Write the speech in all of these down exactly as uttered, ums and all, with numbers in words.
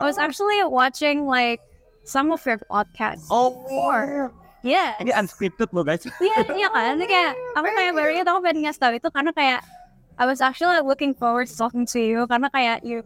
I was actually watching like some of your podcasts. Oh, Or, yes. ini unscripted loh guys. Iya, iya kan? Ini kayak aku kayak baru itu aku pengen ngasih tahu itu karena kayak I was actually looking forward to talking to you karena kayak you.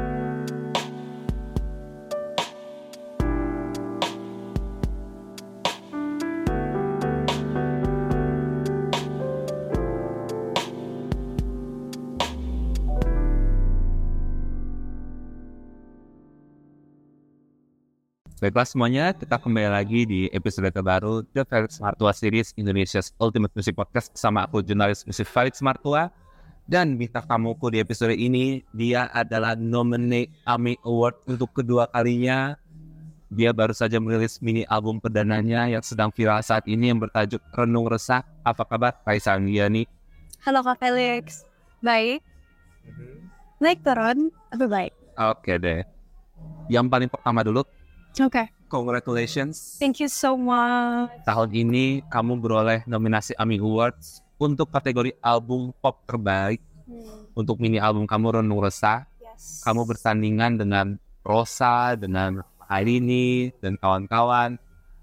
Baiklah semuanya, kita kembali lagi di episode terbaru The Felix Martua Series, Indonesia's Ultimate Music Podcast bersama aku, jurnalis musik Felix Martua. Dan bintang tamuku di episode ini, dia adalah nominee AMI Award untuk kedua kalinya. Dia baru saja merilis mini album perdananya yang sedang viral saat ini yang bertajuk Renung Resah. Apa kabar, Raisa Anggiani? Halo Kak Felix, baik? Baik turun, tapi baik. Oke deh. Yang paling pertama dulu, Oke. Okay. Congratulations. Thank you so much. Tahun ini kamu beroleh nominasi AMI Awards untuk kategori album pop terbaik. Hmm. Untuk mini album kamu Renung Resah. Yes. Kamu bersandingan dengan Rosa, dengan Airini dan kawan-kawan.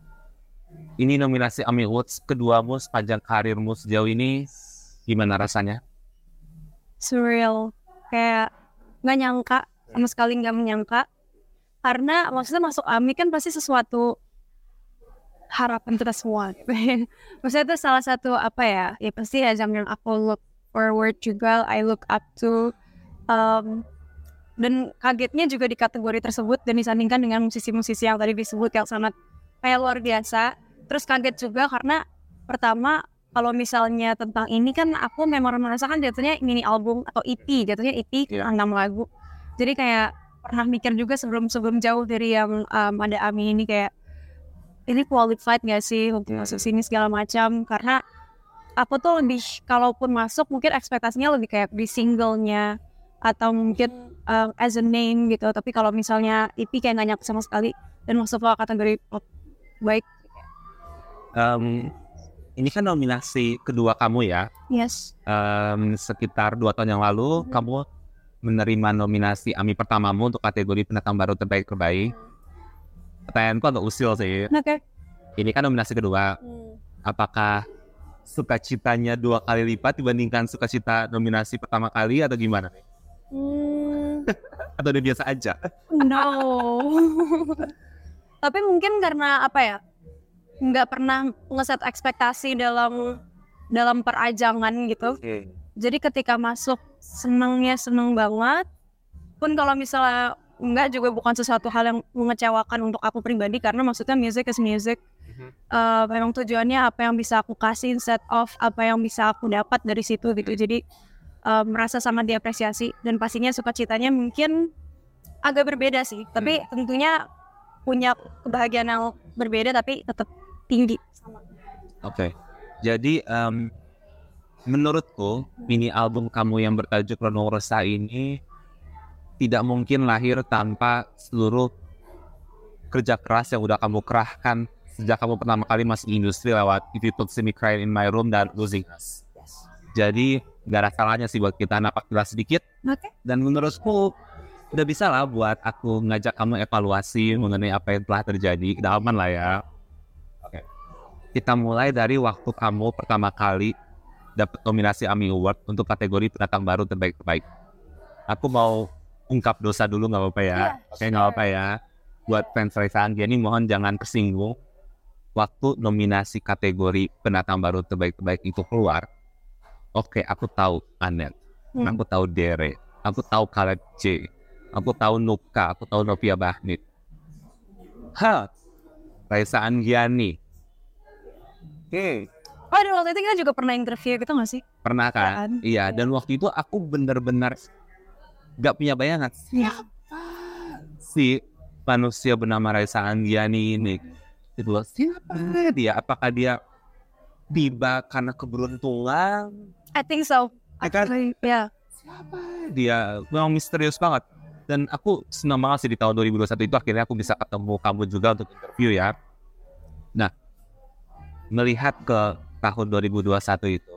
Ini nominasi AMI Awards keduamu sepanjang karirmu sejauh ini. Gimana rasanya? Surreal. Kayak nggak nyangka, sama sekali nggak menyangka. Karena maksudnya masuk AMI kan pasti sesuatu harapan kita semua. Maksudnya itu salah satu apa ya, ya pasti ajang yang aku look forward juga, I look up to. Um, dan kagetnya juga di kategori tersebut dan disandingkan dengan musisi-musisi yang tadi disebut yang sangat kayak luar biasa. Terus kaget juga karena pertama kalau misalnya tentang ini kan aku memang merasakan jatuhnya mini album atau E P, jatuhnya E P yeah. enam lagu. Jadi kayak pernah mikir juga sebelum sebelum jauh dari yang um, ada AMI ini kayak ini qualified gak sih untuk masuk sini segala macam, karena aku tuh lebih kalaupun masuk mungkin ekspektasinya lebih kayak di singlenya atau mungkin um, as a name gitu, tapi kalau misalnya E P kayak gak nyampe sama sekali dan masuk ke kategori pop baik. Um, ini kan nominasi kedua kamu ya? Yes. Um, sekitar dua tahun yang lalu mm-hmm. kamu menerima nominasi AMI pertamamu untuk kategori pendatang baru terbaik-terbaik. Pertanyaanku agak usil sih. Oke. Okay. Ini kan nominasi kedua. Hmm. Apakah sukacitanya dua kali lipat dibandingkan sukacita nominasi pertama kali atau gimana? Hmm. Atau udah biasa aja? No. Tapi mungkin karena apa ya? Nggak pernah ngeset ekspektasi dalam dalam perajangan gitu. Okay. Jadi ketika masuk senangnya senang banget. Pun kalau misalnya enggak juga bukan sesuatu hal yang mengecewakan untuk aku pribadi karena maksudnya music is music. Mm-hmm. Uh, memang tujuannya apa yang bisa aku kasih instead of apa yang bisa aku dapat dari situ gitu. Jadi uh, merasa sangat diapresiasi dan pastinya sukacitanya mungkin agak berbeda sih. Mm. Tapi tentunya punya kebahagiaan yang berbeda tapi tetap tinggi. Oke. Okay. Jadi um, menurutku mini album kamu yang bertajuk Renung Resah ini tidak mungkin lahir tanpa seluruh kerja keras yang udah kamu kerahkan sejak kamu pertama kali masuk industri lewat If You Could See Me Crying in My Room dan Losing Us. Jadi gak ada salahnya sih buat kita napak jelas sedikit. Okay. Dan menurutku udah bisa lah buat aku ngajak kamu evaluasi mengenai apa yang telah terjadi. Udah aman lah ya. Oke. Okay. Kita mulai dari waktu kamu pertama kali dapat nominasi AMI Award untuk kategori pendatang baru terbaik-terbaik. Aku mau ungkap dosa dulu, nggak apa-apa ya? Yeah, Oke, okay, nggak sure. apa-apa ya. Buat fans Raisa Anggiani, mohon jangan tersinggung. Waktu nominasi kategori pendatang baru terbaik-terbaik itu keluar, oke, okay, aku tahu Anet, hmm. aku tahu Dere, aku tahu Khaled J, aku tahu Nuka, aku tahu Novia Bahnit. Ha, Raisa Anggiani. Oke. Okay. Oh, dan waktu itu kita juga pernah interview gitu gak sih? Pernah kan? kan? Iya, dan waktu itu aku benar-benar gak punya bayangan siapa si manusia bernama Raisa Anggiani ini. Itu siapa dia? Apakah dia tiba karena keberuntungan? I think so. Actually, ya. Siapa dia? Memang misterius banget. Dan aku senang banget sih di tahun dua ribu dua puluh satu itu akhirnya aku bisa ketemu kamu juga untuk interview ya. Nah, melihat ke tahun dua ribu dua puluh satu itu,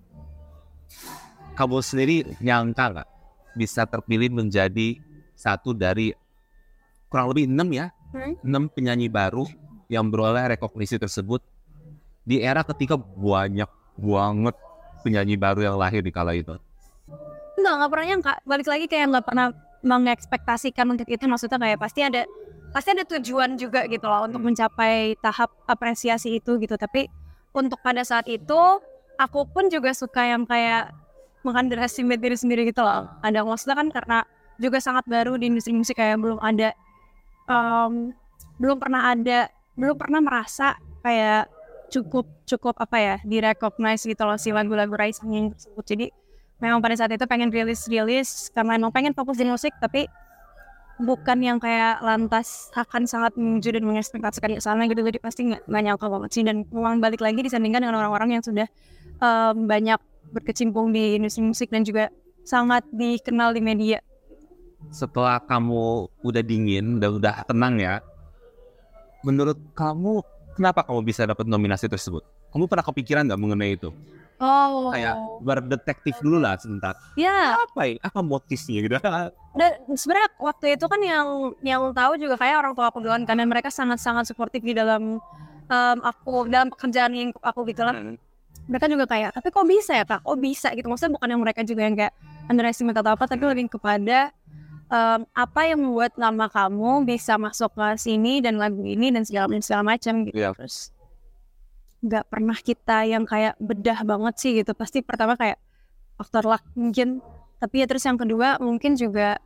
kamu sendiri nyangka gak bisa terpilih menjadi satu dari kurang lebih enam ya, Hmm? enam penyanyi baru yang beroleh rekognisi tersebut di era ketika banyak banget penyanyi baru yang lahir di kala itu. Enggak, nggak pernah nyangka. Balik lagi kayak nggak pernah mengekspektasikan untuk itu. Maksudnya kayak pasti ada pasti ada tujuan juga gitu loh untuk mencapai tahap apresiasi itu gitu. Tapi untuk pada saat itu aku pun juga suka yang kayak mengunderestimate diri sendiri gitu loh. Ada maksudnya kan karena juga sangat baru di industri musik, kayak belum ada em, belum pernah ada belum pernah merasa kayak cukup cukup apa ya di recognize gitu loh si lagu-lagu Rising yang tersebut. Jadi memang pada saat itu pengen rilis-rilis karena emang pengen fokus di musik, tapi bukan yang kayak lantas akan sangat menuju dan mengekspektasikan ke sana gitu. Jadi pasti nggak nggak nyangka banget sih, dan memang balik lagi disandingkan dengan orang-orang yang sudah em, banyak berkecimpung di industri musik dan juga sangat dikenal di media. Setelah kamu udah dingin dan udah tenang ya, menurut kamu kenapa kamu bisa dapat nominasi tersebut? Kamu pernah kepikiran nggak mengenai itu? Oh, Kayak berdetektif dulu lah sebentar. ya. Apa ya? Apa motifnya gitu? Dan sebenarnya waktu itu kan yang yang tahu juga kayak orang tua aku duluan, karena mereka sangat-sangat suportif di dalam em, aku dalam pekerjaan lingkup aku gitu lah. Mereka juga kayak, tapi kok bisa ya kak, kok bisa gitu. Maksudnya bukan yang mereka juga yang kayak underestimate atau apa, tapi lebih kepada em, apa yang membuat nama kamu bisa masuk ke sini dan lagu ini dan segala macam segala macam gitu. Iya. Terus nggak pernah kita yang kayak bedah banget sih gitu. Pasti pertama kayak faktor luck mungkin, tapi ya terus yang kedua mungkin juga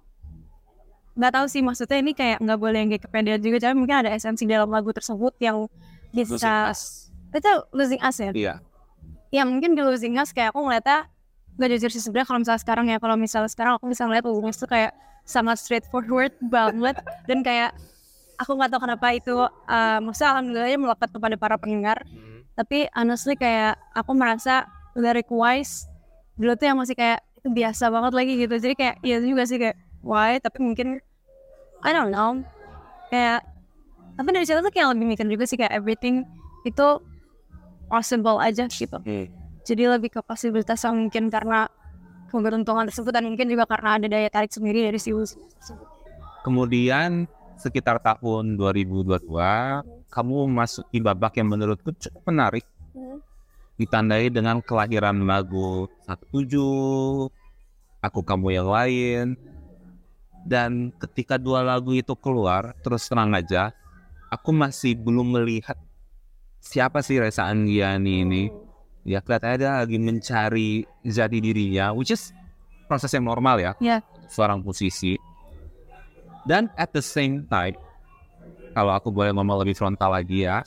nggak tahu sih, maksudnya ini kayak nggak boleh yang kayak kepedean juga, tapi mungkin ada esensi dalam lagu tersebut yang bisa itu losing us ya. Iya. Ya mungkin di losing us kayak aku ngeliatnya gak jujur sih sebenarnya. Kalau misalnya sekarang ya, kalau misalnya sekarang aku bisa ngeliat losing us tuh kayak sangat straightforward banget, dan kayak aku nggak tahu kenapa itu uh, maksudnya alhamdulillahnya melekat kepada para pendengar. Tapi honestly kayak aku merasa lyric wise dulu tuh yang masih kayak itu biasa banget lagi gitu. Jadi kayak iya juga sih kayak why, tapi mungkin I don't know, kayak tapi dari situ tuh kayak lebih mikir juga sih kayak everything itu possible aja gitu. Jadi lebih ke posibilitas yang mungkin karena keberuntungan tersebut, dan mungkin juga karena ada daya tarik sendiri dari si musik tersebut. Kemudian sekitar tahun dua ribu dua puluh dua kamu memasuki babak yang menurutku cukup menarik, ditandai dengan kelahiran lagu satu tujuh, Aku Kamu Yang Lain. Dan ketika dua lagu itu keluar, terus terang aja aku masih belum melihat siapa sih Reza Anggiani ini. Ya kelihatannya dia lagi mencari jati dirinya, which is proses yang normal ya, Ya. seorang musisi. Dan at the same time, kalau aku boleh ngomong lebih frontal lagi ya,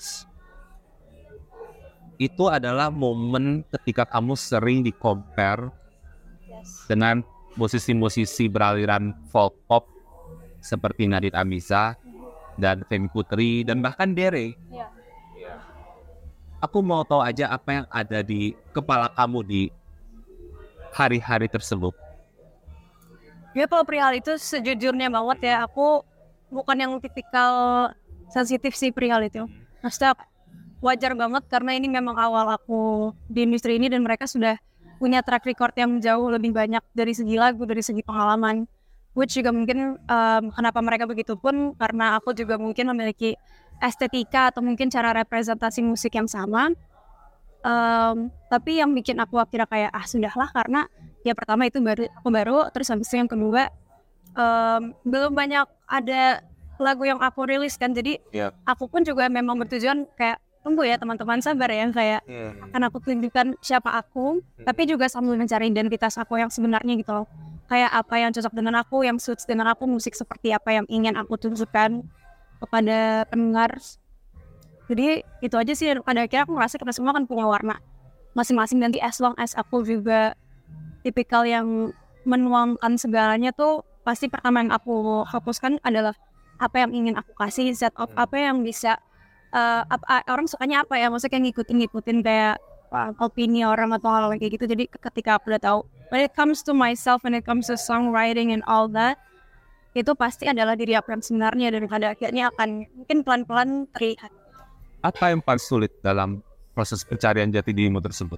itu adalah momen ketika kamu sering di-compare dengan musisi-musisi beraliran folk pop seperti Nadine Amizah dan Femi Putri dan bahkan Dere. Ya. Aku mau tahu aja apa yang ada di kepala kamu di hari-hari tersebut. Ya kalau perihal itu sejujurnya banget ya, aku bukan yang tipikal sensitif sih perihal itu. Maksudnya wajar banget karena ini memang awal aku di industri ini, dan mereka sudah punya track record yang jauh lebih banyak dari segi lagu, dari segi pengalaman. Which juga mungkin um, kenapa mereka begitu pun karena aku juga mungkin memiliki estetika atau mungkin cara representasi musik yang sama. Um, tapi yang bikin aku akhirnya kayak ah sudahlah, karena ya pertama itu baru aku baru, terus habis itu yang kedua um, belum banyak ada lagu yang aku rilis kan, jadi Yeah. aku pun juga memang bertujuan kayak tunggu ya teman-teman, sabar ya, kayak akan aku tunjukkan siapa aku, tapi juga sambil mencari identitas aku yang sebenarnya gitu loh, kayak apa yang cocok dengan aku, yang suits dengan aku, musik seperti apa yang ingin aku tunjukkan kepada pendengar. Jadi itu aja sih, pada akhirnya aku ngerasa kita semua kan punya warna masing-masing, nanti as long as aku juga tipikal yang menuangkan segalanya tuh pasti pertama yang aku fokuskan adalah apa yang ingin aku kasih, set up apa yang bisa uh, apa, orang sukanya apa ya, maksudnya kayak ngikutin-ngikutin kayak uh, opini orang atau hal kayak gitu. Jadi ketika aku udah tahu when it comes to myself, when it comes to songwriting and all that, itu pasti adalah diri aku yang sebenarnya, dan pada akhirnya akan mungkin pelan-pelan terlihat. Apa yang paling sulit dalam proses pencarian jati dirimu tersebut?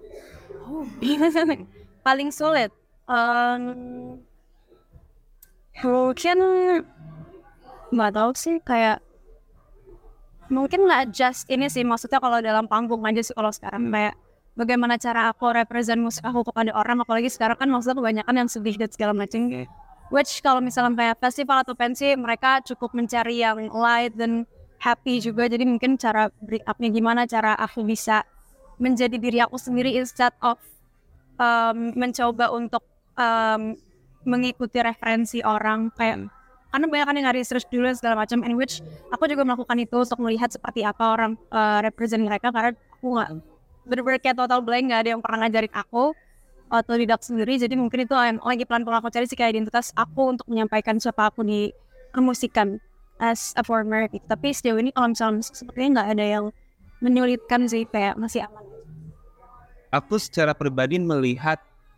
Oh, paling sulit um, Mungkin nggak tahu sih, kayak mungkin nggak just ini sih, maksudnya kalau dalam panggung aja sih kalau sekarang, kayak bagaimana cara aku represent musik aku kepada orang, apalagi sekarang kan maksudnya kebanyakan yang sedih dan segala macam. Okay. Which kalau misalnya kayak festival atau pensi, mereka cukup mencari yang light dan happy juga. Jadi mungkin cara break up-nya gimana, cara aku bisa menjadi diri aku sendiri instead of um, mencoba untuk um, mengikuti referensi orang. Kayak karena banyak kan yang nggak research dulu dan segala macam. And which aku juga melakukan itu untuk melihat seperti apa orang uh, represent mereka, karena aku nggak bener-bener kayak total blank, nggak ada yang pernah ngajarin aku otodidak sendiri. Jadi mungkin itu yang lagi pelan-pelan aku cari sih, kayak identitas aku untuk menyampaikan siapa aku di permusikan as a performer gitu. Tapi sejauh ini kalau misalnya musik sepertinya nggak ada yang menyulitkan sih, kayak masih aman. Aku secara pribadi melihat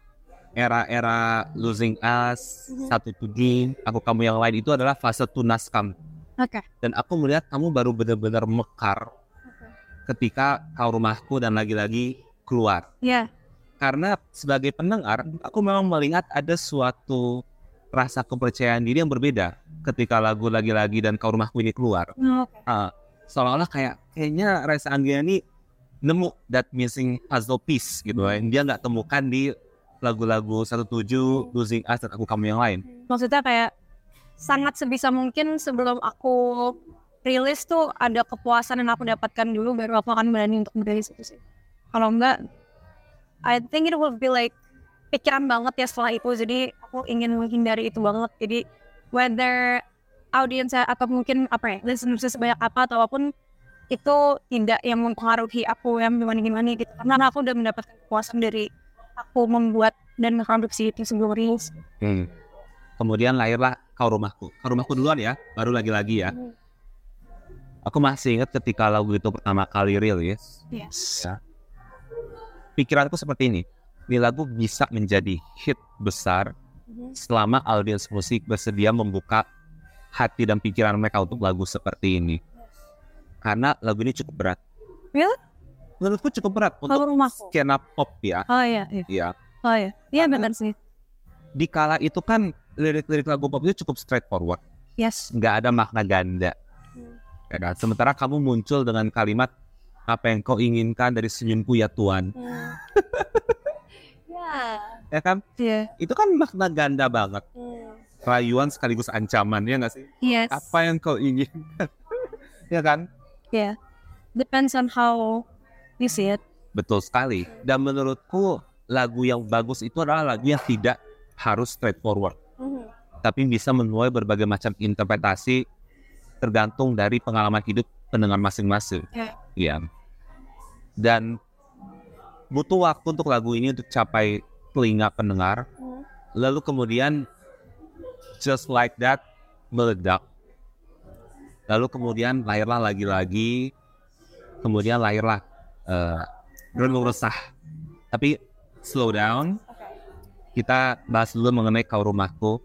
era-era Losing Us, Mhm. Satu Tujuh, Aku Kamu Yang Lain itu adalah fase tunas kamu. Oke. Dan aku melihat kamu baru benar-benar mekar ketika Kau Rumahku dan Lagi-Lagi keluar. Iya. Karena sebagai pendengar, aku memang melihat ada suatu rasa kepercayaan diri yang berbeda ketika lagu Lagi-Lagi dan Kau Rumahku ini keluar. Oke. Uh, seolah-olah kayak kayaknya Reza Anggiani nemu that missing puzzle piece gitu ya. Dia nggak temukan di lagu-lagu Satu Tujuh, Losing Us, dan Aku Kamu Yang Lain. Maksudnya kayak sangat sebisa mungkin sebelum aku rilis tuh ada kepuasan yang aku dapatkan dulu, baru aku akan berani untuk merilis itu sih. Kalau enggak, I think it will be like pikiran banget ya setelah itu. Jadi aku ingin menghindari itu banget. Jadi whether audiens atau mungkin apa ya, listeners sebanyak apa atau apapun, itu tidak yang mempengaruhi aku yang gimana-gimana gitu. Karena aku udah mendapatkan kepuasan dari aku membuat dan memproduksi itu sebelum rilis. Hmm. Kemudian lahirlah Kau Rumahku. Kau Rumahku duluan ya, baru Lagi-Lagi ya. Hmm. Aku masih ingat ketika lagu itu pertama kali rilis. Yes. Ya. Pikiranku seperti ini. Ini lagu bisa menjadi hit besar selama audiens musik bersedia membuka hati dan pikiran mereka untuk lagu seperti ini. Karena lagu ini cukup berat. Really? Menurutku cukup berat Kau untuk Rumahku. skena pop ya. Oh iya, iya. Iya. Oh iya. Iya benar sih. Di kala itu kan lirik-lirik lagu pop itu cukup straightforward. Yes. Nggak ada makna ganda. Ya kan? Sementara kamu muncul dengan kalimat apa yang kau inginkan dari senyumku ya Tuhan. Ya. Ya kan? Iya. Itu kan makna ganda banget. Rayuan sekaligus ancaman, ya nggak sih? Yes. Apa yang kau inginkan? Ya kan? Yeah. Depends on how you see it. Betul sekali. Dan menurutku lagu yang bagus itu adalah lagu yang tidak harus straightforward, tapi bisa menuai berbagai macam interpretasi tergantung dari pengalaman hidup pendengar masing-masing. Yeah. Ya. Dan butuh waktu untuk lagu ini untuk capai telinga pendengar. Lalu kemudian just like that meledak. Lalu kemudian lahirlah Lagi-Lagi. Kemudian lahirlah uh, Renung Resah. Tapi slow down. Kita bahas dulu mengenai Kau Rumahku.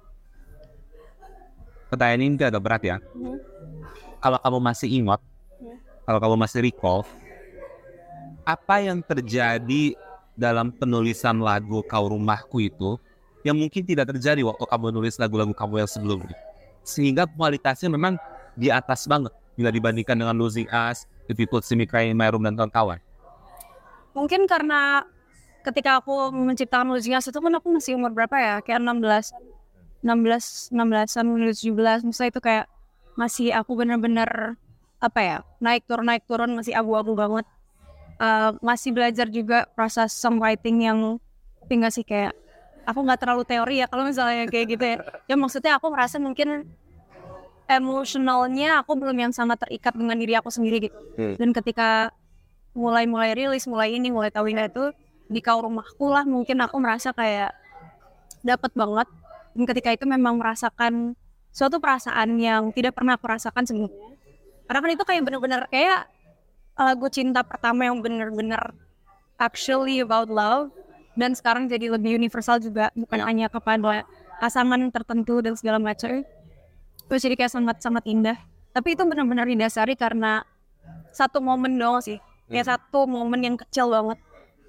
Pertanyaan ini agak berat ya. Mm-hmm. Kalau kamu masih ingat, Yeah. kalau kamu masih recall, apa yang terjadi dalam penulisan lagu Kau Rumahku itu yang mungkin tidak terjadi waktu kamu nulis lagu-lagu kamu yang sebelumnya, sehingga kualitasnya memang di atas banget bila dibandingkan dengan Losing Us, If You Could See Me Crying in My Room, dan kawan-kawan. Mungkin karena ketika aku menciptakan Losing Us itu kan aku masih umur berapa ya? Kayak enam belas, enam belas, enam belasan, tujuh belas. Misalnya itu kayak masih aku benar-benar apa ya? Naik turun naik turun, masih abu-abu banget. Uh, masih belajar juga proses songwriting yang tinggal sih, kayak aku nggak terlalu teori ya kalau misalnya kayak gitu ya. Ya maksudnya aku merasa mungkin emosionalnya aku belum yang sangat terikat dengan diri aku sendiri gitu. Hmm. Dan ketika mulai-mulai rilis, mulai ini, mulai tahu ini itu di Kau Rumahku lah, mungkin aku merasa kayak dapat banget. Dan ketika itu memang merasakan suatu perasaan yang tidak pernah aku rasakan sebelumnya. Karena kan itu kayak bener-bener kayak lagu cinta pertama yang bener-bener actually about love. Dan sekarang jadi lebih universal juga, bukan Ya. hanya kepada pasangan tertentu dan segala macam. Terus jadi kayak sangat-sangat indah. Tapi itu benar-benar didasari karena satu momen doang sih. Kayak satu momen yang kecil banget.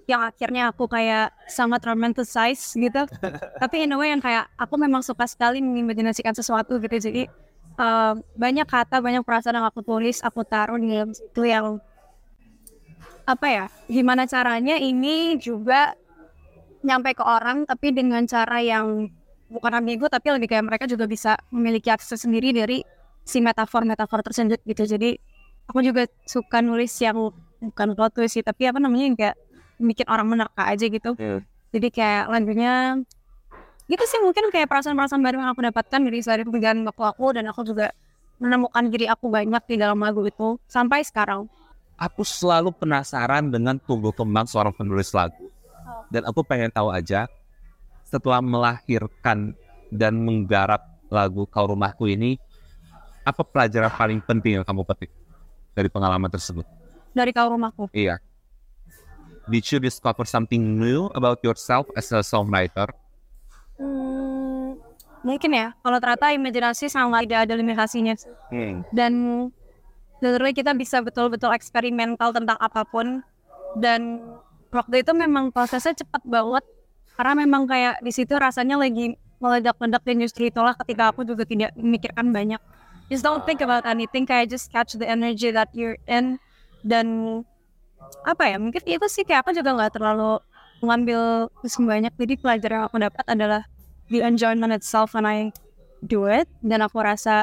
yang akhirnya aku kayak sangat romanticize gitu. Tapi in a way yang kayak aku memang suka sekali mengimajinasikan sesuatu gitu. Jadi uh, banyak kata, banyak perasaan yang aku tulis, aku taruh di dalam situ yang apa ya, gimana caranya ini juga nyampe ke orang tapi dengan cara yang bukan ambigu, tapi lebih kayak mereka juga bisa memiliki akses sendiri dari si metafor-metafor tersebut gitu. Jadi aku juga suka nulis yang bukan plot twist sih, tapi apa namanya yang kayak bikin orang menerka aja gitu. Yeah. Jadi kayak lagunya gitu sih, mungkin kayak perasaan-perasaan baru yang aku dapatkan dari sehari perjalanan waktu aku, dan aku juga menemukan diri aku banyak di dalam lagu itu sampai sekarang. Aku selalu penasaran dengan tumbuh kembang seorang penulis lagu. Dan aku pengen tahu aja, setelah melahirkan dan menggarap lagu Kau Rumahku ini, apa pelajaran paling penting yang kamu petik dari pengalaman tersebut? Dari Kau Rumahku? Iya. Did you discover something new about yourself as a songwriter? Hmm, mungkin ya, kalau ternyata imajinasi sangat tidak ada limitasinya. Hmm. Dan literally kita bisa betul-betul eksperimental tentang apapun. Dan waktu itu memang prosesnya cepat banget, karena memang kayak di situ rasanya lagi meledak-ledak, dan justru itulah ketika aku juga tidak memikirkan banyak. Just don't think about anything, kayak just catch the energy that you're in. Dan apa ya, mungkin itu sih, kayak aku juga nggak terlalu mengambil pusing banyak. Jadi pelajaran yang aku dapat adalah the enjoyment itself when I do it. Dan aku rasa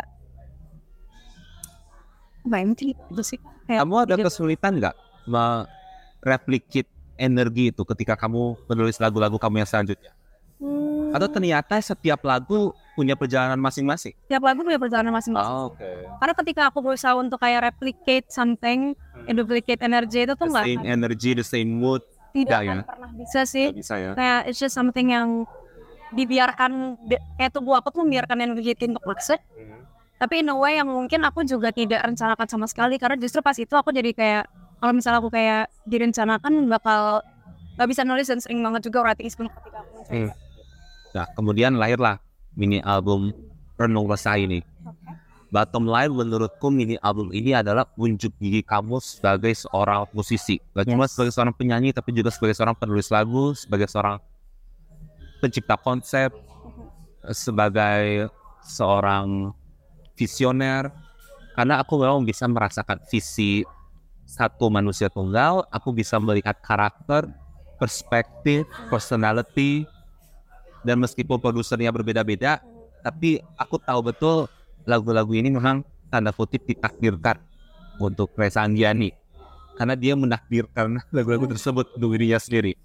apa ya, mungkin itu sih. Kayak kamu ada kesulitan nggak mereplikate energi itu ketika kamu menulis lagu-lagu kamu yang selanjutnya? Hmm. Atau ternyata setiap lagu punya perjalanan masing-masing? Setiap lagu punya perjalanan masing-masing. Oh, oke. Okay. Karena ketika aku berusaha untuk kayak replicate something, hmm. duplicate energy itu tuh nggak. The same kan? Energy, the same mood. Tidak akan ya? Pernah bisa sih. Tidak bisa ya. Kayak it's just something yang dibiarkan, kayak tubuh aku tuh membiarkan energi itu untuk maksud. Hmm. Tapi in a way yang mungkin aku juga tidak rencanakan sama sekali. Karena justru pas itu aku jadi kayak, kalau misalnya aku kayak direncanakan bakal nggak bisa nulis, dan sering banget juga writing is ketika aku mencoba. Hmm. Nah, kemudian lahirlah mini album Renung Resah ini. Okay. Bottom line, menurutku mini album ini adalah unjuk gigi kamu sebagai seorang musisi. Gak yes. cuma sebagai seorang penyanyi, tapi juga sebagai seorang penulis lagu, sebagai seorang pencipta konsep, mm-hmm. sebagai seorang visioner. Karena aku memang bisa merasakan visi satu manusia tunggal, aku bisa melihat karakter, perspektif, personality. Dan meskipun produsernya berbeda-beda, tapi aku tahu betul lagu-lagu ini memang tanda kutip ditakdirkan untuk Reza Andiani, karena dia menakdirkan lagu-lagu tersebut untuk dirinya sendiri.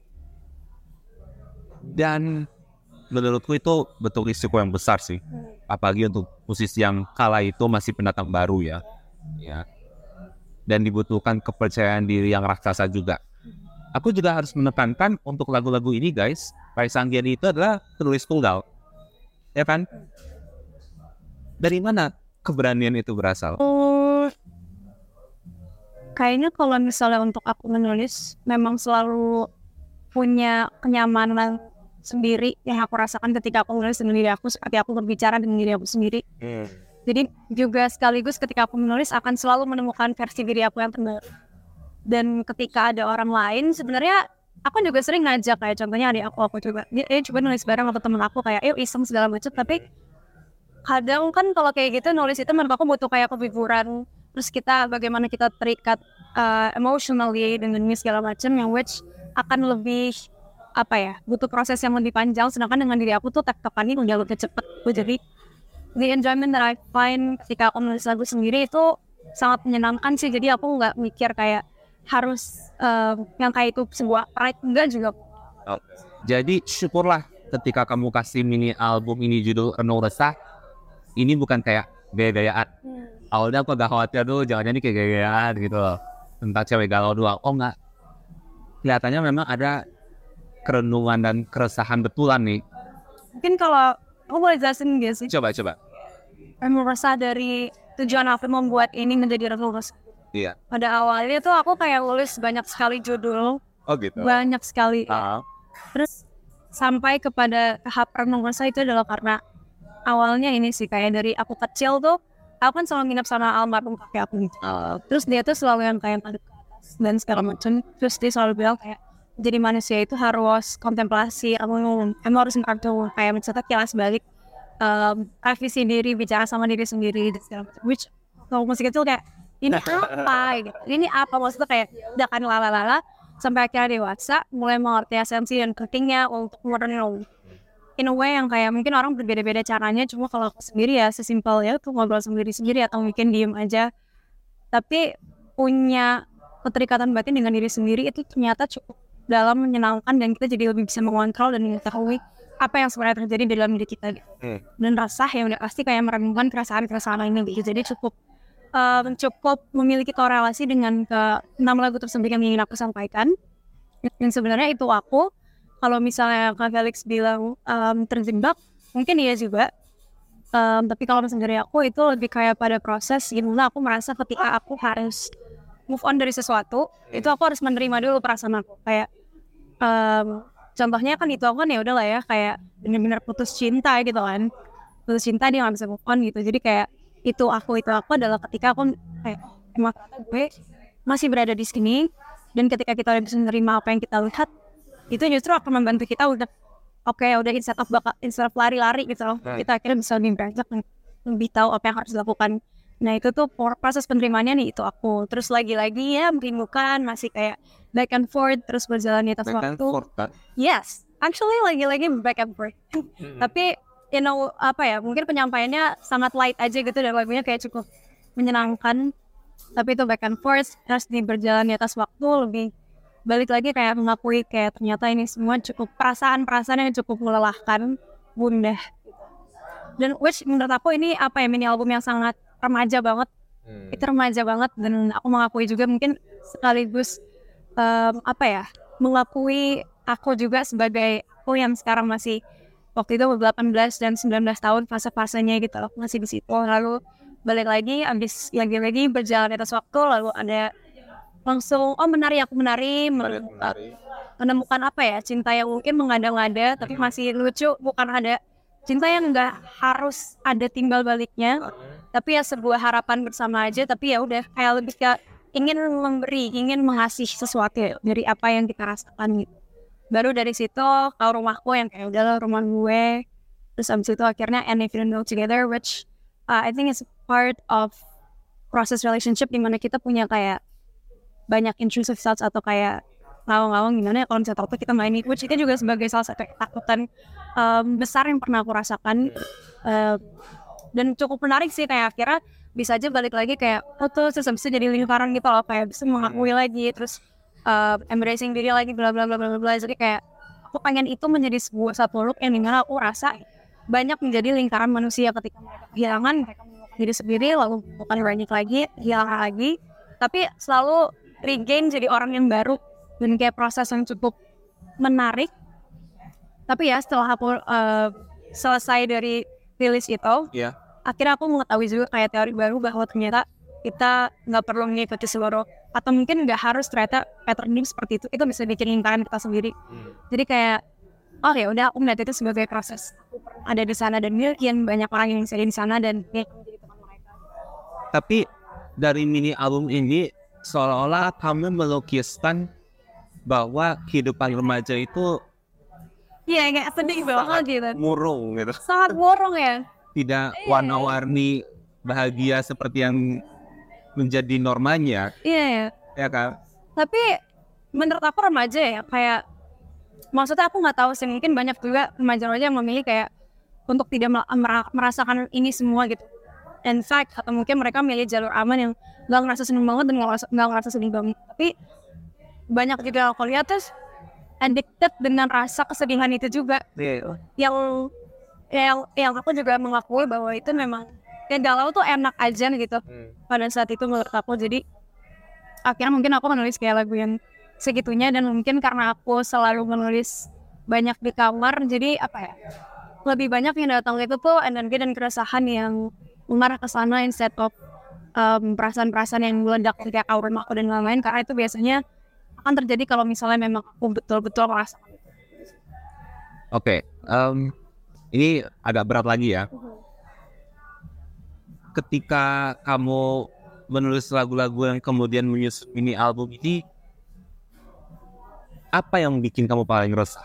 Dan menurutku itu betul risiko yang besar sih, apalagi untuk musisi yang kala itu masih pendatang baru ya, ya. Dan dibutuhkan kepercayaan diri yang raksasa juga. Aku juga harus menekankan untuk lagu-lagu ini guys, Reza Andiani itu adalah penulis tunggal, ya kan? Dari mana keberanian itu berasal? Uh, kayaknya kalau misalnya untuk aku menulis, memang selalu punya kenyamanan sendiri yang aku rasakan ketika aku menulis dengan diri aku, seperti aku berbicara dengan diri aku sendiri. Hmm. Jadi juga sekaligus ketika aku menulis akan selalu menemukan versi diri aku yang terbaru. Dan ketika ada orang lain, sebenarnya aku juga sering ngajak, kayak contohnya adik aku, aku coba, eh coba nulis bareng atau temen aku, kayak eh iseng segala macam. Tapi kadang kan kalau kayak gitu nulis itu menurut aku butuh kayak kefiburan, terus kita bagaimana kita terikat uh, emotionally dengan ini segala macam, yang which akan lebih apa ya, butuh proses yang lebih panjang. Sedangkan dengan diri aku tuh tektokannya udah lebih cepet. Jadi the enjoyment that I find ketika aku nulis lagu sendiri itu sangat menyenangkan sih. Jadi aku nggak mikir kayak harus uh, yang kayak itu sebuah pride, enggak juga. Oh. Jadi syukurlah ketika kamu kasih mini album ini judul Renung Resah, ini bukan kayak gaya-gayaan. Hmm. Awalnya aku agak khawatir tuh, jangan-jangan ini kayak gaya-gayaan gitu loh, tentang cewek galau doang. Oh enggak, kelihatannya memang ada kerenungan dan keresahan betulan nih. Mungkin kalau aku boleh jelasin gak sih? Coba coba. Renung Resah dari tujuan aku membuat ini menjadi Renung Resah. Iya. Pada awalnya tuh aku kayak nulis banyak sekali judul. Oh gitu. Banyak sekali. Uh-huh. Terus sampai kepada tahap Renung Resah itu adalah karena awalnya ini sih, kayak dari aku kecil tuh aku kan selalu nginep sama almarhum kakek aku gitu. Uh. Terus dia tuh selalu yang kayak ngadep ke atas dan segala macam. Terus dia selalu bilang kayak, jadi manusia itu harus kontemplasi, kamu kamu harus merangkul kayak mencatat kilas balik, um, revisi diri, bicara sama diri sendiri dan segala macam. Which kalau masih kecil kayak ini apa gitu, ini apa maksudnya kayak udah kan lala-lala sampai akhirnya dewasa mulai mengerti esensi dan pentingnya untuk modern in a way yang kayak mungkin orang berbeda-beda caranya, cuma kalau aku sendiri ya sesimpel ya tuh ngobrol sendiri-sendiri atau mungkin diem aja, tapi punya keterikatan batin dengan diri sendiri itu ternyata cukup dalam menyenangkan dan kita jadi lebih bisa mengontrol dan mengetahui apa yang sebenarnya terjadi di dalam diri kita Hmm. dan rasa yang udah pasti kayak merenungkan perasaan-perasaan ini gitu. Jadi cukup um, cukup memiliki korelasi dengan ke enam lagu tersebut yang ingin aku sampaikan. Dan sebenarnya itu aku, kalau misalnya Kak Felix bilang um, terjebak, mungkin iya juga. Um, tapi kalau misalnya dari aku itu lebih kayak pada proses gimana aku merasa ketika aku harus move on dari sesuatu, itu aku harus menerima dulu perasaan aku. Kayak um, contohnya kan itu aku kan ya udahlah ya kayak benar-benar putus cinta gitu kan, putus cinta dia nggak bisa move on gitu. Jadi kayak itu aku itu aku adalah ketika aku kayak emang ternyata gue masih berada di sini, dan ketika kita udah bisa menerima apa yang kita lihat, itu justru akan membantu kita udah oke okay, udah instead of bakal instead of lari-lari gitu loh, Right. kita akhirnya bisa lebih beranjak, lebih tahu apa yang harus dilakukan. Nah itu tuh proses penerimaannya nih itu aku. Terus lagi-lagi ya merindukan, masih kayak back and forth terus berjalan di atas Back and waktu. forth, kan? Yes, actually lagi-lagi back and forth. Tapi you know apa ya, mungkin penyampaiannya sangat light aja gitu dan lagunya kayak cukup menyenangkan. Tapi itu back and forth terus di berjalan di atas waktu, lebih balik lagi kayak mengakui kayak ternyata ini semua cukup perasaan-perasaan yang cukup melelahkan bunda. Dan which menurut aku ini apa ya, mini album yang sangat remaja banget. Hmm. Itu remaja banget dan aku mengakui juga mungkin sekaligus um, apa ya, mengakui aku juga sebagai aku yang sekarang masih waktu itu delapan belas dan sembilan belas tahun fase-fasenya gitu loh, masih di situ. Lalu balik lagi abis lagi-lagi berjalan di atas waktu, lalu ada langsung oh menari aku menari menemukan, menemukan apa ya, cinta yang mungkin mengada-ngada tapi masih lucu, bukan ada cinta yang nggak harus ada timbal baliknya, tapi ya sebuah harapan bersama aja, tapi ya udah kayak lebih ke ingin memberi, ingin mengasihi sesuatu ya, dari apa yang kita rasakan gitu. Baru dari situ ke rumahku yang kayak udahlah rumah gue, terus abis itu akhirnya and if you don't know together, which uh, I think is part of process relationship dimana kita punya kayak banyak intrusive thoughts atau kayak ngawang-ngawang gimana ya kalau misalnya tahu kita main ini, which itu juga sebagai salah satu ketakutan um, besar yang pernah aku rasakan. Uh, dan cukup menarik sih kayak akhirnya bisa aja balik lagi kayak oh tuh terus bisa jadi lingkaran gitu loh, kayak bisa mengakui lagi terus uh, embracing diri lagi bla bla bla bla bla. Jadi kayak aku pengen itu menjadi sebuah satu look yang dimana aku rasa banyak menjadi lingkaran manusia ketika mereka kehilangan, mereka menemukan diri sendiri lalu bukan banyak lagi hilang lagi, tapi selalu regain jadi orang yang baru, dan kayak proses yang cukup menarik. Tapi ya setelah aku uh, selesai dari rilis itu, Iya. akhirnya aku mengetahui juga kayak teori baru bahwa ternyata kita nggak perlu mengikuti seluruh, atau mungkin nggak harus ternyata pattern hidup seperti itu, itu bisa bikin lingkaran kita sendiri. Hmm. Jadi kayak oh ya udah aku melihat itu sebagai proses aku pernah ada di sana dan mungkin banyak orang yang bisa di sana dan ya menjadi teman mereka. Tapi dari mini album ini seolah-olah kamu melukiskan bahwa kehidupan remaja itu Iya kayak sedih banget gitu, murung gitu, sangat borong ya. tidak warna-warni bahagia seperti yang menjadi normanya, Iya ya. ya kan? Tapi menurut aku remaja ya kayak, maksudnya aku nggak tahu sih, mungkin banyak juga remaja-remaja yang memilih kayak untuk tidak mer- merasakan ini semua gitu. In fact, atau mungkin mereka milih jalur aman yang nggak ngerasa seneng banget dan nggak ngerasa, nggak ngerasa sedih banget. Tapi banyak juga yang aku lihat terus addicted dengan rasa kesedihan itu juga. Yeah. Yang yang yang aku juga mengakui bahwa itu memang ya galau tuh enak aja gitu Hmm. pada saat itu menurut aku. Jadi akhirnya mungkin aku menulis kayak lagu yang segitunya, dan mungkin karena aku selalu menulis banyak di kamar, jadi apa ya, lebih banyak yang datang itu tuh energi dan keresahan yang mengarah ke sana instead of um, perasaan-perasaan yang meledak kayak aura aku dan lain-lain, karena itu biasanya akan terjadi kalau misalnya memang aku betul-betul merasakan. Oke, okay, um, ini agak berat lagi ya. Ketika kamu menulis lagu-lagu yang kemudian menyusun mini album ini, apa yang bikin kamu paling resah?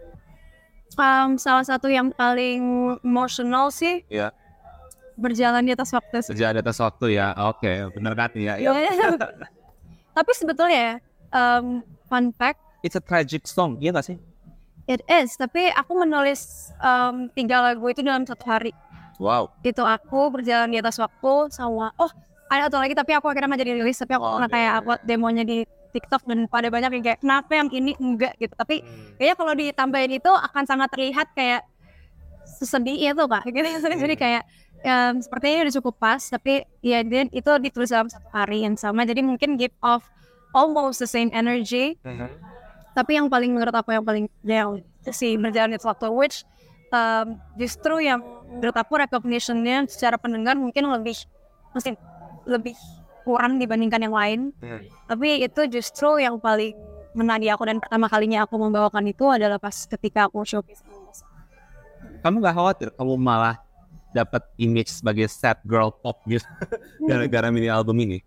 Um, salah satu yang paling emotional sih Ya, berjalan di atas waktu sih. sejak di atas waktu ya. Oke, bener kan ya. ya. Tapi sebetulnya um, fun fact, It's a tragic song, iya gak sih? it is. Tapi aku menulis um, tiga lagu itu dalam satu hari. Wow. Itu aku berjalan di atas waktu sama oh ada satu lagi tapi aku akhirnya nggak jadi rilis tapi aku Oh, pernah kayak upload demonya di TikTok dan pada banyak yang kayak kenapa yang ini enggak gitu. Tapi Hmm. kayaknya kalau ditambahin itu akan sangat terlihat kayak sesedih itu Pak. Gitu. Jadi kayak um, sepertinya udah cukup pas tapi ya dia itu ditulis dalam satu hari yang sama jadi mungkin give off almost the same energy. Tapi yang paling menurut aku yang paling down si berjalan di atas waktu which um, justru yang menurut aku recognition-nya secara pendengar mungkin lebih mesti lebih kurang dibandingkan yang lain. Hmm. Tapi itu justru yang paling menadi aku dan pertama kalinya aku membawakan itu adalah pas ketika aku showcase. Kamu gak khawatir kamu malah dapat image sebagai sad girl pop gitu gara-gara mini album ini?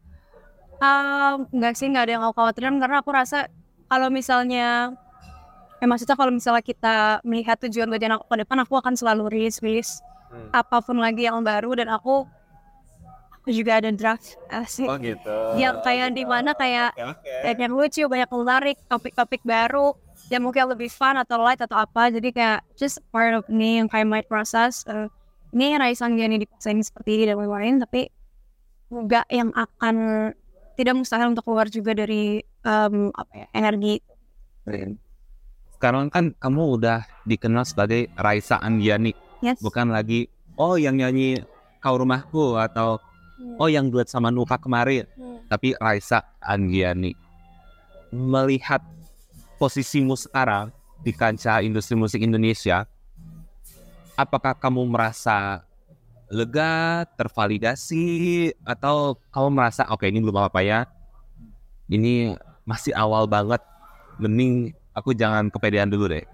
Um, enggak sih, nggak ada yang aku khawatirin karena aku rasa kalau misalnya eh maksudnya kalau misalnya kita melihat tujuan-tujuan aku ke depan aku akan selalu rilis-rilis Hmm. apapun lagi yang baru dan aku aku juga ada draft asik Oh gitu. yang kayak di mana kayak Oke. kayak yang lucu banyak menarik topik-topik baru yang mungkin lebih fun atau light atau apa jadi kayak just part of me yang kayak my process uh, ini Raisa Anggiani dipaksain seperti ini dan lain-lain tapi enggak yang akan tidak mustahil untuk keluar juga dari um, apa ya energi. Sekarang kan kamu udah dikenal sebagai Raisa Anggiani, Yes. bukan lagi oh yang nyanyi Kau Rumahku atau oh yang duet sama Nuka kemarin, Hmm. tapi Raisa Anggiani. Melihat posisimu sekarang di kancah industri musik Indonesia, apakah kamu merasa lega, tervalidasi, atau kamu merasa oke ini belum apa-apa ya, ini masih awal banget, mending aku jangan kepedean dulu deh.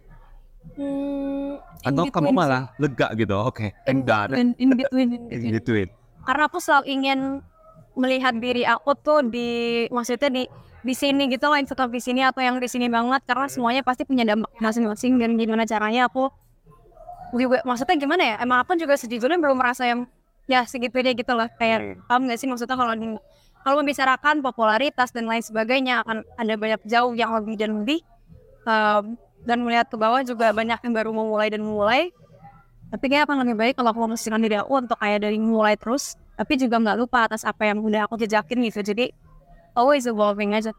Hmm, in Atau kamu between malah lega gitu, oke, sih. thank God. in, in between, in In between. between. Karena aku selalu ingin melihat diri aku tuh di maksudnya di di sini gitu loh, yang tetap di sini atau yang di sini banget karena semuanya pasti punya dampak masing-masing dan gimana caranya aku juga maksudnya gimana ya emang aku juga sejujurnya belum merasa yang ya segitunya gitu loh kayak paham nggak sih maksudnya kalau di kalau membicarakan popularitas dan lain sebagainya akan ada banyak jauh yang lebih dan lebih um, dan melihat ke bawah juga banyak yang baru memulai dan memulai tapi kayak akan lebih baik kalau aku memposisikan diri aku untuk kayak dari mulai terus tapi juga nggak lupa atas apa yang udah aku jejakin gitu jadi always evolving aja.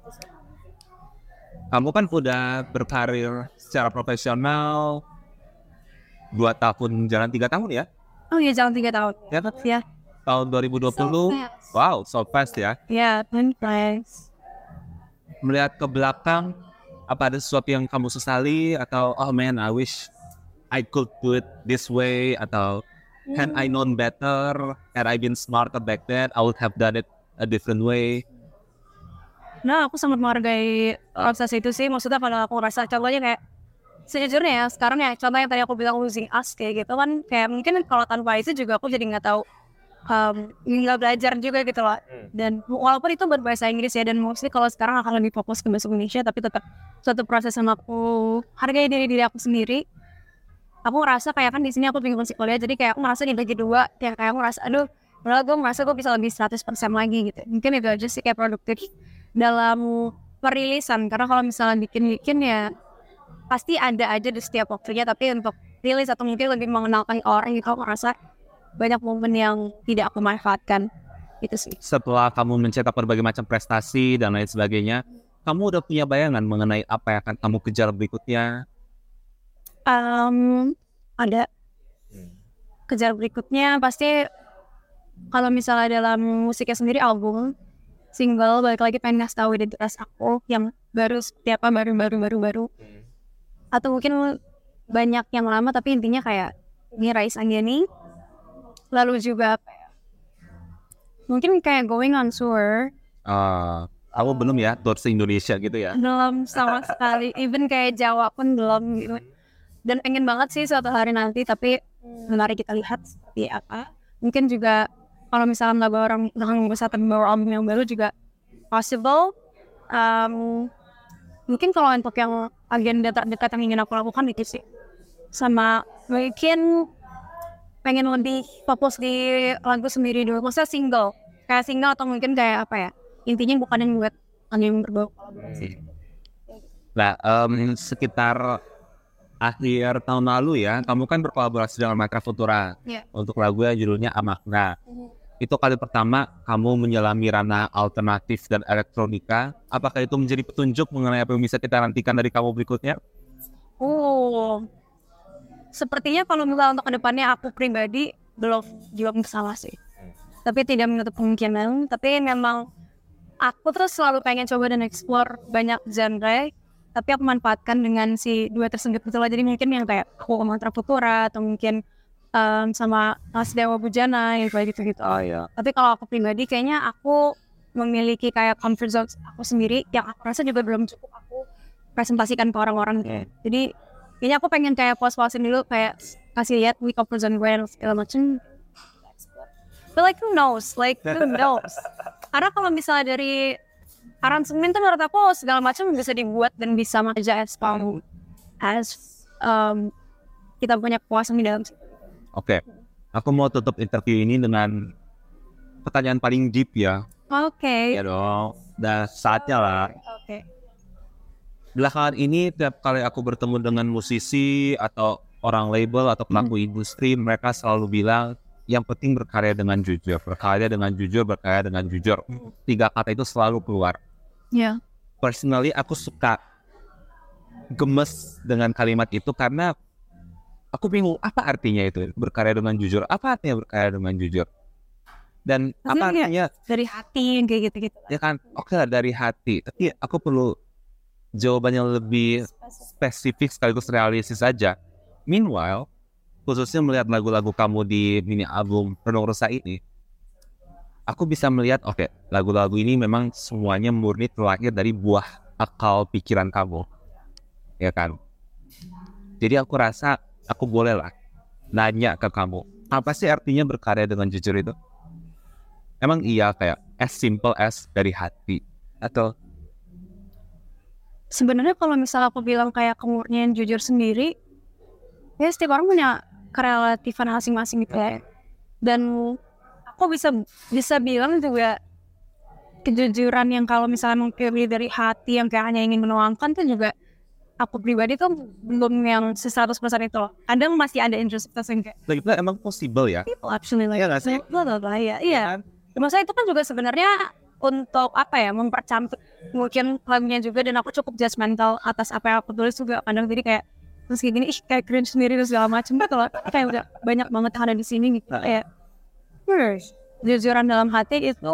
Kamu kan udah berkarir secara profesional dua tahun, jalan tiga tahun ya? Oh iya jalan tiga tahun Ya kan? ya Tahun dua ribu dua puluh, So fast. wow, so fast ya. ya ten flies. Melihat ke belakang, apa ada sesuatu yang kamu sesali atau oh man, I wish I could do it this way atau had I known better, had I been smarter back then, I would have done it a different way. Nah aku sangat menghargai proses itu sih maksudnya kalau aku rasa contohnya kayak sejujurnya ya sekarang ya contoh yang tadi aku bilang losing us kayak gitu kan kayak mungkin kalau tanpa itu juga aku jadi nggak tahu um, nggak belajar juga gitu loh dan walaupun itu berbahasa Inggris ya dan mostly kalau sekarang akan lebih fokus ke bahasa Indonesia tapi tetap suatu proses sama aku hargai diri diri aku sendiri aku ngerasa kayak kan di sini aku bingung musik kuliah jadi kayak aku ngerasa dibagi dua kayak kayak aku ngerasa aduh malah gue merasa gue bisa lebih seratus persen lagi gitu mungkin itu aja sih kayak produktif dalam perilisan karena kalau misalnya bikin-bikin ya pasti ada aja di setiap waktunya tapi untuk rilis atau mungkin lebih mengenalkan orang gitu aku ngerasa banyak momen yang tidak aku manfaatkan itu sih. Setelah kamu mencetak berbagai macam prestasi dan lain sebagainya, kamu udah punya bayangan mengenai apa yang akan kamu kejar berikutnya? Um, ada kejar berikutnya pasti kalau misalnya dalam musiknya sendiri album single balik lagi pengen ngasih tahu identitas aku yang baru seperti apa baru baru baru baru atau mungkin banyak yang lama tapi intinya kayak ini Raisa Anggiani lalu juga apa ya mungkin kayak going on tour Uh, kamu belum ya tour se Indonesia gitu ya? belum sama sekali even kayak Jawa pun belum gitu dan pengen banget sih suatu hari nanti tapi mari kita lihat seperti apa mungkin juga kalau misalnya nggak bawa orang dengan besar tapi bawa album yang baru juga possible um, mungkin kalau untuk yang agenda terdekat yang ingin aku lakukan itu sih, sama mungkin pengen lebih fokus di lagu sendiri dulu, maksudnya single kayak single atau mungkin kayak apa ya, intinya bukan yang buat yang berbau kolaborasi. Nah, um, sekitar akhir tahun lalu ya, kamu kan berkolaborasi dengan Matra Futura yeah. untuk lagu yang judulnya Amakna. Mm-hmm. Itu kali pertama kamu menyelami ranah alternatif dan elektronika. Apakah itu menjadi petunjuk mengenai apa yang bisa kita nantikan dari kamu berikutnya? Oh, sepertinya kalau misalnya untuk kedepannya aku pribadi belum belum salah sih. Tapi tidak menutup kemungkinan. Tapi memang aku terus selalu pengen coba dan explore banyak genre. Tapi aku manfaatkan dengan si dua tersebut betul aja. Jadi mungkin yang kayak aku Matra Futura atau mungkin um, sama Mas Dewa Bujana yang kayak gitu-gitu. Oh iya. Tapi kalau aku pribadi kayaknya aku memiliki kayak comfort zone aku sendiri yang aku rasa juga belum cukup aku presentasikan ke orang-orang. Yeah. Jadi kayaknya aku pengen kayak puas-puasin dulu, kayak kasih lihat we comfort zone gue dan segala macam. But like who knows, like who knows. Karena kalau misalnya dari aransemen tuh menurut aku segala macam bisa dibuat dan bisa aja as um, as um, kita punya kepuasan di dalam. Oke, okay. Aku mau tutup interview ini dengan pertanyaan paling deep ya. Oke. Okay. Ya dong, dan saatnya lah. Oke. Okay. Belakangan ini tiap kali aku bertemu dengan musisi atau orang label atau pelaku hmm. industri, mereka selalu bilang yang penting berkarya dengan jujur, berkarya dengan jujur, berkarya dengan jujur. Tiga kata itu selalu keluar. Yeah. Personally aku suka gemes dengan kalimat itu karena aku bingung apa artinya itu berkarya dengan jujur. Apa artinya berkarya dengan jujur? Dan Maksudnya apa artinya dari hati kayak gitu-gitu? Ya kan, oke okay lah dari hati. Tapi aku perlu jawabannya lebih spesifik sekaligus realistis saja. Meanwhile, khususnya melihat lagu-lagu kamu di mini album Renung Resah ini, aku bisa melihat oke, okay, lagu-lagu ini memang semuanya murni terlahir dari buah akal pikiran kamu, ya kan? Jadi aku rasa aku boleh lah nanya ke kamu, apa sih artinya berkarya dengan jujur itu? Emang iya kayak as simple as dari hati atau? Sebenarnya kalau misalnya aku bilang kayak kemurnian jujur sendiri, ya setiap orang punya kerelatifan masing-masing gitu ya. Dan aku bisa bisa bilang juga kejujuran yang kalau misalnya mungkin dari hati yang kayak hanya ingin menuangkan tuh juga aku pribadi tuh belum yang seratus persen itu loh. Kadang masih ada intensitas yang kayak lagi pula emang possible ya? People actually like ya, sih? Blah, blah, blah, ya, iya. Maksudnya itu kan juga sebenarnya untuk apa ya, mempercantik mungkin lagunya juga, dan aku cukup judgmental atas apa yang aku tulis juga kadang, jadi kayak terus kayak gini, ih kayak cringe sendiri dan segala macam gitu loh. Kayak udah banyak banget yang ada di sini gitu. Nah. Kayak jujuran dalam hati itu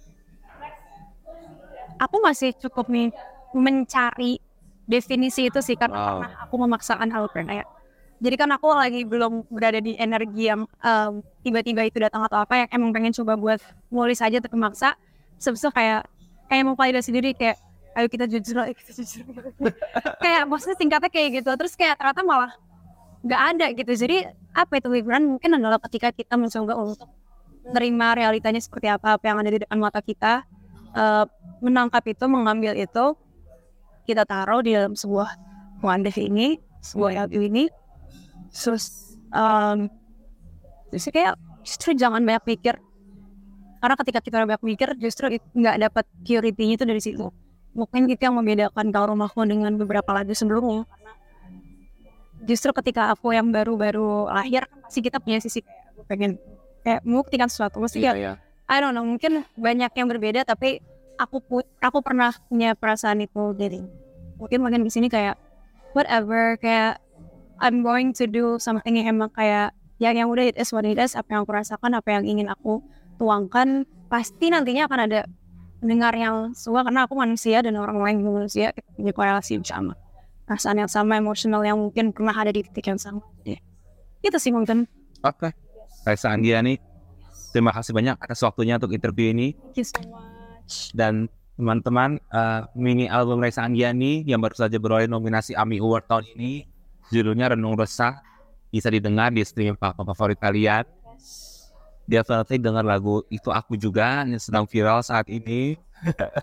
aku masih cukup nih mencari definisi itu sih, karena wow. Pernah aku memaksakan hal kayak. Jadi kan aku lagi belum berada di energi yang um, tiba-tiba itu datang atau apa, yang emang pengen coba buat nulis aja tapi maksa. Sebesar kayak kayak mau validasi sendiri, kayak ayo kita jujur, ayo kita jujur. Kayak maksudnya singkatnya kayak gitu. Terus kayak ternyata malah nggak ada gitu. Jadi apa itu liburan mungkin adalah ketika kita mencoba untuk menerima realitanya seperti apa, apa yang ada di depan mata kita, uh, menangkap itu, mengambil itu, kita taruh di dalam sebuah wadah ini, sebuah lagu ini. Terus um, jadi kayak justru jangan banyak pikir, karena ketika kita banyak mikir justru nggak dapat purity-nya itu dari situ. Mungkin itu yang membedakan Kau Rumahku dengan beberapa lagu sebelumnya, karena justru ketika aku yang baru-baru lahir kan pasti kita punya sisi kayak aku pengen kayak membuktikan sesuatu, mesti ya, ya I don't know, mungkin banyak yang berbeda, tapi aku pu- aku pernah punya perasaan itu. Jadi mungkin makin di sini kayak whatever, kayak I'm going to do something yang emang kayak yang yang udah it is what it is, apa yang aku rasakan, apa yang ingin aku tuangkan, pasti nantinya akan ada pendengar yang suka, karena aku manusia dan orang lain juga manusia, kita punya korelasi yang sama, perasaan yang sama, emosional yang mungkin pernah ada di titik yang sama. Yeah. Itu sih mungkin. Oke, okay. Raisa Anggiani, terima kasih banyak atas waktunya untuk interview ini. Thank you so much. Dan teman-teman, uh, mini album Raisa Anggiani yang baru saja beroleh nominasi AMI Award tahun ini, judulnya Renung Resah, bisa didengar di streaming platform favorit kalian. Definitely dengar lagu Itu Aku juga yang sedang viral saat ini.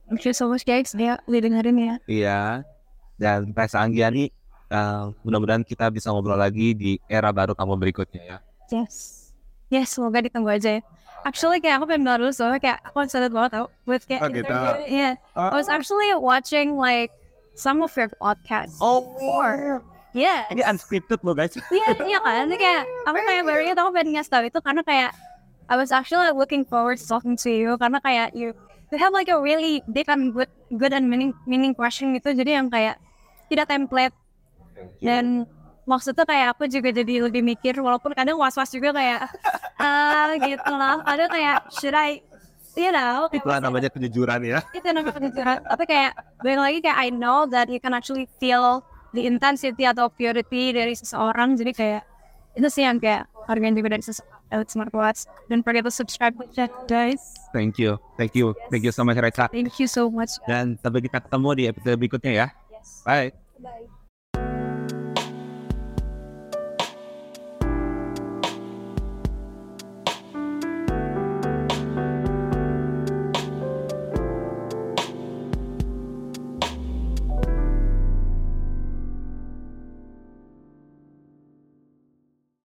Thank you so much guys ya udah dengerin ya. Iya. Dan Raisa Anggiani, uh, mudah-mudahan kita bisa ngobrol lagi di era baru kamu berikutnya ya. Yes. Yes, semoga ditunggu aja ya. Actually kayak aku pengen bilang dulu soalnya kayak aku excited banget tau with kayak Oh, gitu. interview. Yeah. Uh, I was actually watching like some of your podcasts. Oh, Or yeah. ini unscripted loh guys. Iya, iya kan. Ini kayak aku kayak very aku pengen ngasih tau itu karena kayak I was actually looking forward to talking to you karena kayak you you have like a really deep and good good and meaning meaning question gitu. Jadi yang kayak tidak template dan maksudnya kayak aku juga jadi lebih mikir walaupun kadang was-was juga kayak ah gitu lah. Kadang kayak should I you know Itulah namanya kejujuran ya. itu namanya kejujuran. Tapi kayak balik lagi kayak I know that you can actually feel the intensity atau purity dari seseorang. Jadi kayak itu sih yang kayak hargain juga dari seseorang. Elite Smart Watch. Don't forget to subscribe to channel guys. Thank you, thank you, thank you so much Raisa. Thank you so much. Dan sampai kita ketemu di episode berikutnya ya. Yes. Bye. Bye.